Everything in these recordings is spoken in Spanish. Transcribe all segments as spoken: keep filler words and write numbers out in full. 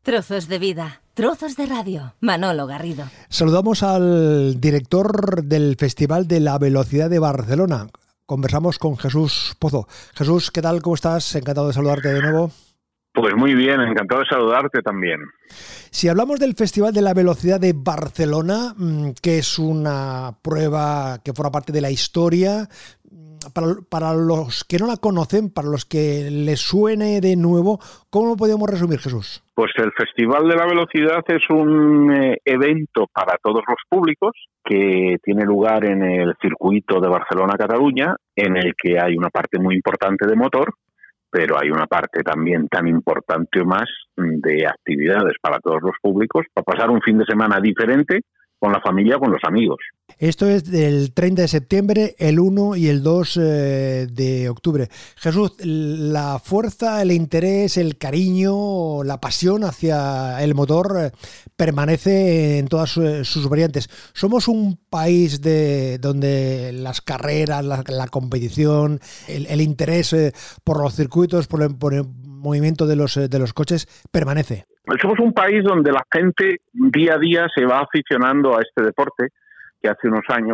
Trozos de vida, trozos de radio. Manolo Garrido. Saludamos al director del Festival de la Velocidad de Barcelona. Conversamos con Jesús Pozo. Jesús, ¿qué tal? ¿Cómo estás? Encantado de saludarte de nuevo. Pues muy bien, encantado de saludarte también. Si hablamos del Festival de la Velocidad de Barcelona, que es una prueba que forma parte de la historia, para, para los que no la conocen, para los que les suene de nuevo, ¿cómo lo podemos resumir, Jesús? Pues el Festival de la Velocidad es un eh, evento para todos los públicos que tiene lugar en el circuito de Barcelona-Cataluña, en el que hay una parte muy importante de motor, pero hay una parte también tan importante o más de actividades para todos los públicos, para pasar un fin de semana diferente con la familia o con los amigos. Esto es del treinta de septiembre, el uno y el dos eh, de octubre. Jesús, la fuerza, el interés, el cariño, la pasión hacia el motor eh, permanece en todas sus, sus variantes. Somos un país de donde las carreras, la, la competición, el, el interés eh, por los circuitos, por el, por el movimiento de los, de los coches permanece. Somos un país donde la gente día a día se va aficionando a este deporte, que hace unos años,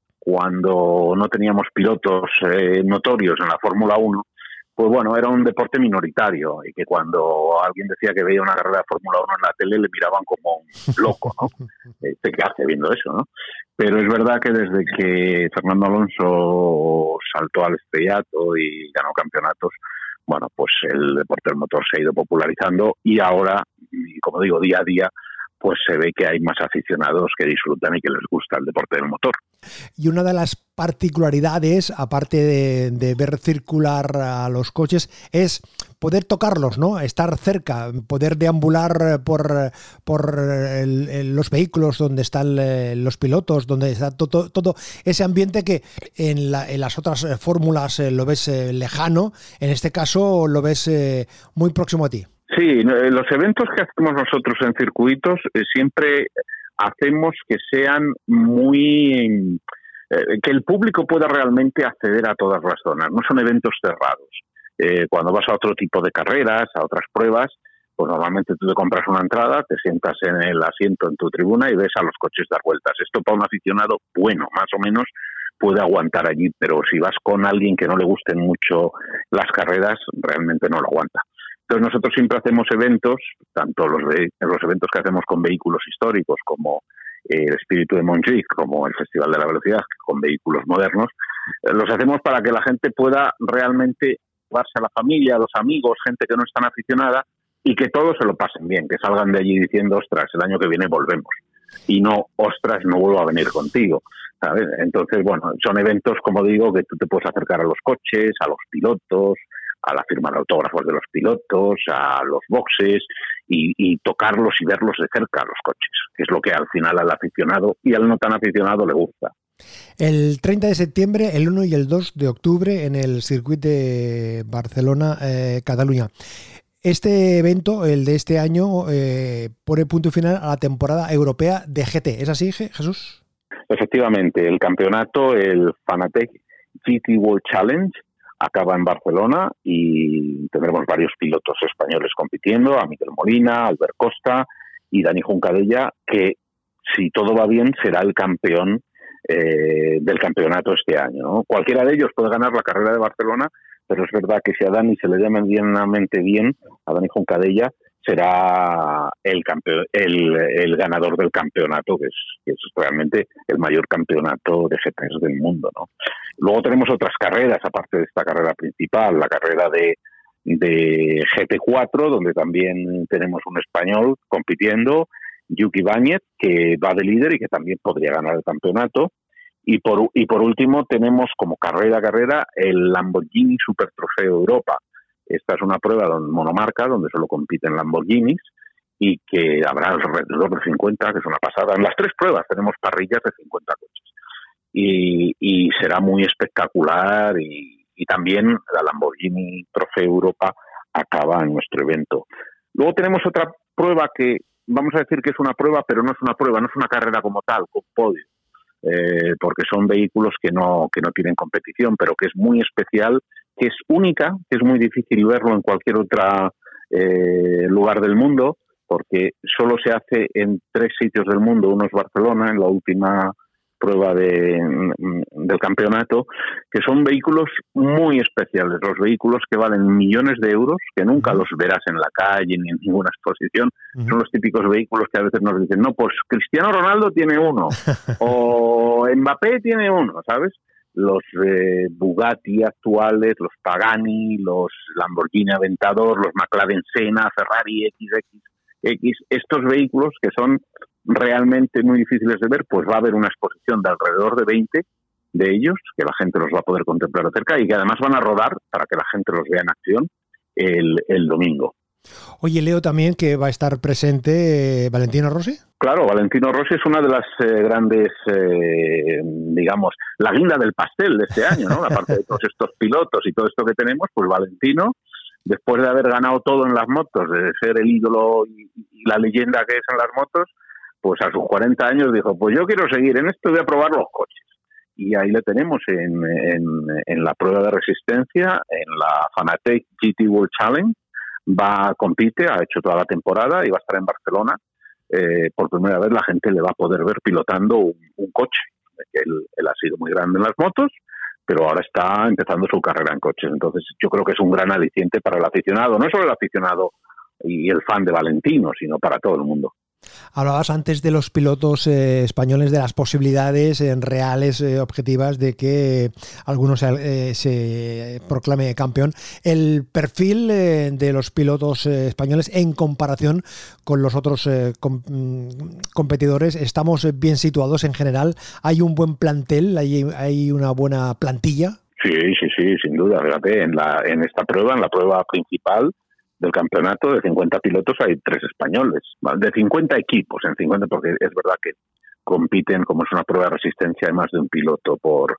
cuando no teníamos pilotos eh, notorios en la Fórmula uno, pues bueno, era un deporte minoritario y que cuando alguien decía que veía una carrera de Fórmula uno en la tele le miraban como un loco, ¿no? Este, ¿qué hace viendo eso, no? Pero es verdad que desde que Fernando Alonso saltó al estrellato y ganó campeonatos, bueno, pues el deporte del motor se ha ido popularizando y ahora, como digo, día a día, pues se ve que hay más aficionados que disfrutan y que les gusta el deporte del motor. Y una de las particularidades, aparte de, de ver circular a los coches, es poder tocarlos, ¿no? Estar cerca, poder deambular por, por el, el, los vehículos donde están los pilotos, donde está todo, todo ese ambiente que en, la, en las otras fórmulas lo ves lejano, en este caso lo ves muy próximo a ti. Sí, los eventos que hacemos nosotros en circuitos eh, siempre hacemos que sean muy... Eh, que el público pueda realmente acceder a todas las zonas, no son eventos cerrados. Eh, cuando vas a otro tipo de carreras, a otras pruebas, pues normalmente tú te compras una entrada, te sientas en el asiento en tu tribuna y ves a los coches dar vueltas. Esto para un aficionado, bueno, más o menos puede aguantar allí, pero si vas con alguien que no le gusten mucho las carreras, realmente no lo aguanta. Entonces nosotros siempre hacemos eventos, tanto los, de, los eventos que hacemos con vehículos históricos como eh, el Espíritu de Montjuïc, como el Festival de la Velocidad, con vehículos modernos, eh, los hacemos para que la gente pueda realmente jugarse a la familia, a los amigos, gente que no es tan aficionada, y que todos se lo pasen bien, que salgan de allí diciendo, ostras, el año que viene volvemos. Y no, ostras, no vuelvo a venir contigo, ¿sabes? Entonces, bueno, son eventos, como digo, que tú te puedes acercar a los coches, a los pilotos, a la firma de autógrafos de los pilotos, a los boxes y, y tocarlos y verlos de cerca a los coches, que es lo que al final al aficionado y al no tan aficionado le gusta. El treinta de septiembre, el uno y el dos de octubre en el circuito de Barcelona, eh, Cataluña. Este evento, el de este año, eh, pone punto final a la temporada europea de G T. ¿Es así, Jesús? Efectivamente, el campeonato, el Fanatec G T World Challenge, acaba en Barcelona y tendremos varios pilotos españoles compitiendo, a Miguel Molina, Albert Costa y Dani Juncadella, que si todo va bien será el campeón eh, del campeonato este año, ¿no? Cualquiera de ellos puede ganar la carrera de Barcelona, pero es verdad que si a Dani se le da medianamente bien, a Dani Juncadella, será el, campeón, el, el ganador del campeonato, que es, que es realmente el mayor campeonato de G T S del mundo, ¿no? Luego tenemos otras carreras, aparte de esta carrera principal, la carrera de, de G T cuatro, donde también tenemos un español compitiendo, Yuki Báñez, que va de líder y que también podría ganar el campeonato. Y por, y por último tenemos como carrera a carrera el Lamborghini Super Trofeo Europa. Esta es una prueba donde, monomarca, donde solo compiten Lamborghinis y que habrá alrededor de cincuenta, que es una pasada. En las tres pruebas tenemos parrillas de cincuenta coches. Y, y será muy espectacular y, y también la Lamborghini Trofeo Europa acaba en nuestro evento. Luego tenemos otra prueba que vamos a decir que es una prueba, pero no es una prueba, no es una carrera como tal, con podio, eh, porque son vehículos que no, que no tienen competición, pero que es muy especial, que es única, que es muy difícil verlo en cualquier otro eh, lugar del mundo, porque solo se hace en tres sitios del mundo. Uno es Barcelona, en la última prueba de, del campeonato, que son vehículos muy especiales, los vehículos que valen millones de euros, que nunca los verás en la calle ni en ninguna exposición. Uh-huh. Son los típicos vehículos que a veces nos dicen, no, pues Cristiano Ronaldo tiene uno, o Mbappé tiene uno, ¿sabes? Los eh, Bugatti actuales, los Pagani, los Lamborghini Aventador, los McLaren Senna, Ferrari X X X, estos vehículos que son realmente muy difíciles de ver, pues va a haber una exposición de alrededor de veinte de ellos, que la gente los va a poder contemplar de cerca y que además van a rodar para que la gente los vea en acción el, el domingo. Oye, leo también que va a estar presente eh, Valentino Rossi. Claro, Valentino Rossi es una de las eh, grandes, eh, digamos, la guinda del pastel de este año, ¿no? Aparte de todos estos pilotos y todo esto que tenemos, pues Valentino, después de haber ganado todo en las motos, de ser el ídolo y, y la leyenda que es en las motos, pues a sus cuarenta años dijo, pues yo quiero seguir en esto y voy a probar los coches. Y ahí le tenemos en, en, en la prueba de resistencia, en la Fanatec G T World Challenge. Va, compite, ha hecho toda la temporada y va a estar en Barcelona. Eh, por primera vez la gente le va a poder ver pilotando un, un coche. Él, él ha sido muy grande en las motos, pero ahora está empezando su carrera en coches. Entonces yo creo que es un gran aliciente para el aficionado, no solo el aficionado y el fan de Valentino, sino para todo el mundo. Hablabas antes de los pilotos eh, españoles, de las posibilidades eh, reales, eh, objetivas, de que alguno se, eh, se proclame campeón. El perfil eh, de los pilotos eh, españoles en comparación con los otros eh, com- competidores, ¿estamos bien situados en general? ¿Hay un buen plantel? ¿Hay, hay una buena plantilla? Sí, sí, sí, sin duda. Fíjate, en, la, en esta prueba, en la prueba principal del campeonato, de cincuenta pilotos hay tres españoles, ¿vale? De cincuenta equipos, en cincuenta, porque es verdad que compiten, como es una prueba de resistencia, hay más de un piloto por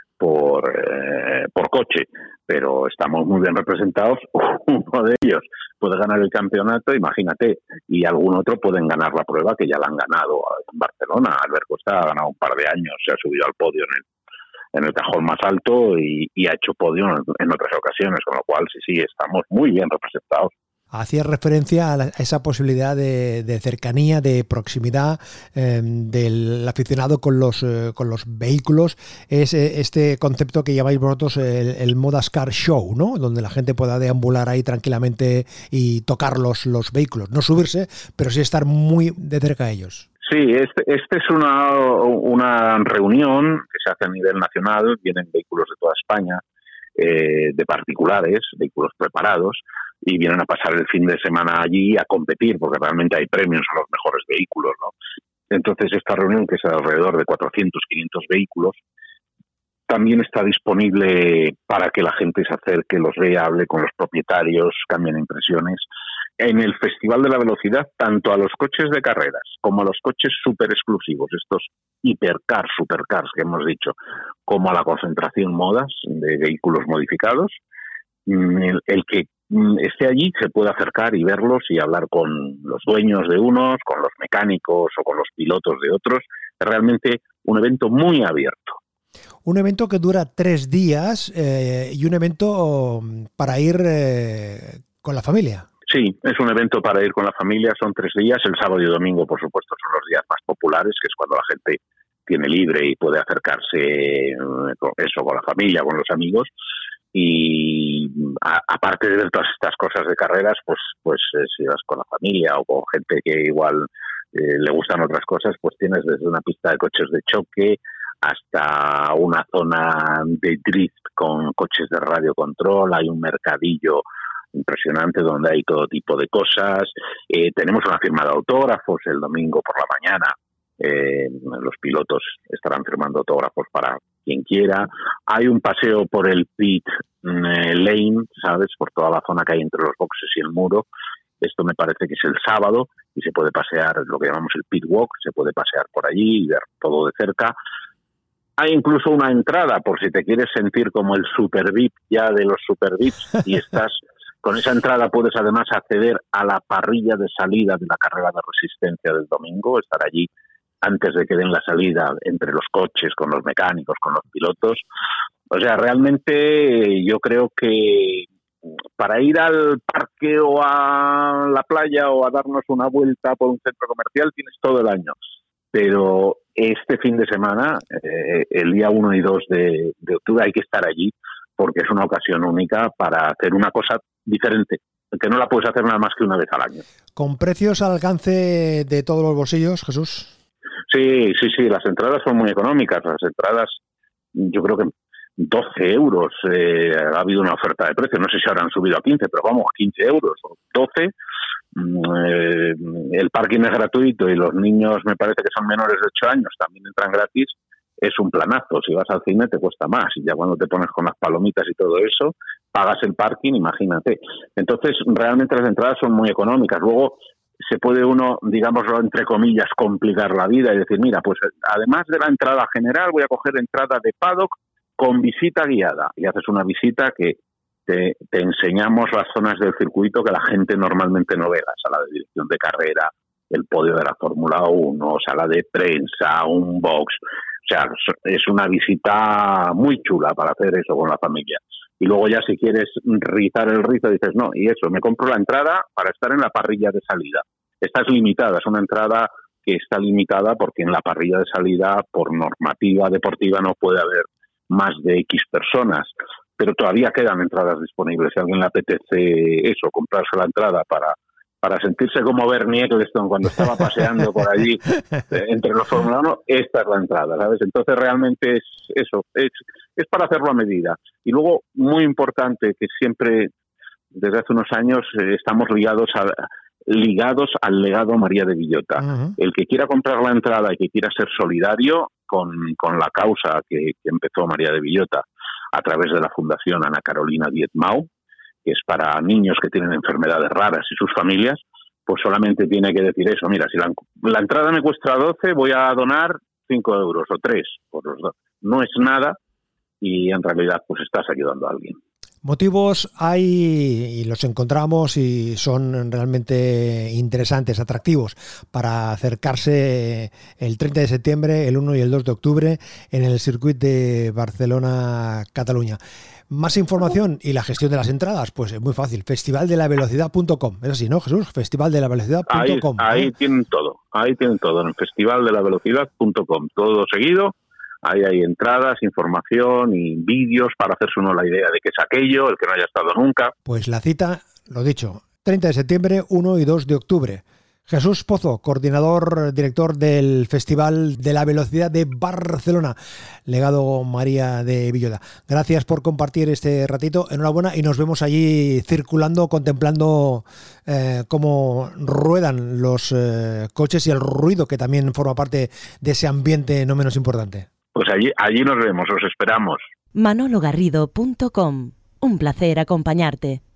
por eh, por coche, pero estamos muy bien representados. Uno de ellos puede ganar el campeonato, imagínate, y algún otro pueden ganar la prueba, que ya la han ganado en Barcelona. Albert Costa ha ganado un par de años, se ha subido al podio en el en el cajón más alto y, y ha hecho podio en, en otras ocasiones, con lo cual sí, sí, estamos muy bien representados. Hacías referencia a, la, a esa posibilidad de, de cercanía, de proximidad eh, del aficionado con los eh, con los vehículos. Es eh, este concepto que llamáis vosotros el, el Modascar Show, ¿no? Donde la gente pueda deambular ahí tranquilamente y tocar los, los vehículos. No subirse, pero sí estar muy de cerca a ellos. Sí, este, este es una, una reunión que se hace a nivel nacional, vienen vehículos de toda España, eh, de particulares, vehículos preparados, y vienen a pasar el fin de semana allí a competir, porque realmente hay premios a los mejores vehículos, ¿no? Entonces esta reunión, que es alrededor de cuatrocientos, quinientos vehículos, también está disponible para que la gente se acerque, los vea, hable con los propietarios, cambien impresiones. En el Festival de la Velocidad, tanto a los coches de carreras como a los coches súper exclusivos, estos hipercars, supercars que hemos dicho, como a la concentración modas de vehículos modificados, el, el que esté allí se puede acercar y verlos y hablar con los dueños de unos, con los mecánicos o con los pilotos de otros. Es realmente un evento muy abierto. Un evento que dura tres días eh, y un evento para ir eh, con la familia. Sí, es un evento para ir con la familia, son tres días. El sábado y domingo, por supuesto, son los días más populares, que es cuando la gente tiene libre y puede acercarse con eso, con la familia, con los amigos. Y a, aparte de ver todas estas cosas de carreras, pues pues eh, si vas con la familia o con gente que igual eh, le gustan otras cosas, pues tienes desde una pista de coches de choque hasta una zona de drift con coches de radio control. Hay un mercadillo impresionante donde hay todo tipo de cosas. Eh, tenemos una firma de autógrafos el domingo por la mañana. Eh, los pilotos estarán firmando autógrafos para quien quiera. Hay un paseo por el pit eh, lane, ¿sabes? Por toda la zona que hay entre los boxes y el muro. Esto me parece que es el sábado y se puede pasear lo que llamamos el pit walk, se puede pasear por allí y ver todo de cerca. Hay incluso una entrada por si te quieres sentir como el super V I P ya de los super V I Ps y estás con esa entrada puedes además acceder a la parrilla de salida de la carrera de resistencia del domingo, estar allí antes de que den la salida entre los coches, con los mecánicos, con los pilotos. O sea, realmente yo creo que para ir al parque o a la playa o a darnos una vuelta por un centro comercial tienes todo el año. Pero este fin de semana, eh, el día uno y dos de, de octubre, hay que estar allí porque es una ocasión única para hacer una cosa diferente, que no la puedes hacer nada más que una vez al año. ¿Con precios al alcance de todos los bolsillos, Jesús? Sí, sí, sí, las entradas son muy económicas. Las entradas, yo creo que doce euros. Eh, ha habido una oferta de precio, no sé si ahora han subido a quince, pero vamos, a quince euros o doce. Eh, el parking es gratuito y los niños, me parece que son menores de ocho años, también entran gratis. Es un planazo. Si vas al cine te cuesta más, y ya cuando te pones con las palomitas y todo eso, pagas el parking, imagínate. Entonces, realmente las entradas son muy económicas. Luego se puede uno, digámoslo entre comillas, complicar la vida y decir, mira, pues además de la entrada general voy a coger entrada de paddock con visita guiada, y haces una visita que te, te enseñamos las zonas del circuito que la gente normalmente no ve, la sala de dirección de carrera, el podio de la Fórmula uno, sala de prensa, un box. O sea, es una visita muy chula para hacer eso con la familia. Y luego ya si quieres rizar el rizo dices, no, y eso, me compro la entrada para estar en la parrilla de salida. Esta es limitada, es una entrada que está limitada porque en la parrilla de salida, por normativa deportiva, no puede haber más de X personas. Pero todavía quedan entradas disponibles. Si a alguien le apetece eso, comprarse la entrada para... para sentirse como Bernie Ecclestone cuando estaba paseando por allí eh, entre los Fórmula uno, esta es la entrada, ¿sabes? Entonces realmente es eso, es, es para hacerlo a medida. Y luego, muy importante, que siempre, desde hace unos años, eh, estamos ligados a, ligados al legado María de Villota. Uh-huh. El que quiera comprar la entrada y que quiera ser solidario con, con la causa que, que empezó María de Villota a través de la Fundación Ana Carolina Diezmau, que es para niños que tienen enfermedades raras y sus familias, pues solamente tiene que decir eso, mira, si la, la entrada me cuesta doce, voy a donar cinco euros o tres por los dos. No es nada y en realidad pues estás ayudando a alguien. Motivos hay y los encontramos y son realmente interesantes, atractivos para acercarse el treinta de septiembre, el uno y el dos de octubre en el circuito de Barcelona-Cataluña. Más información y la gestión de las entradas, pues es muy fácil, festival de la velocidad punto com. Es así, ¿no, Jesús? festival de la velocidad punto com. Ahí, ahí ¿eh? tienen todo, ahí tienen todo, en festival de la velocidad punto com, todo seguido. Ahí hay entradas, información y vídeos para hacerse uno la idea de qué es aquello, el que no haya estado nunca. Pues la cita, lo dicho, treinta de septiembre, uno y dos de octubre. Jesús Pozo, coordinador, director del Festival de la Velocidad de Barcelona, legado María de Villota. Gracias por compartir este ratito, enhorabuena, y nos vemos allí circulando, contemplando eh, cómo ruedan los eh, coches y el ruido que también forma parte de ese ambiente no menos importante. Pues allí, allí nos vemos, os esperamos. manolo garrido punto com. Un placer acompañarte.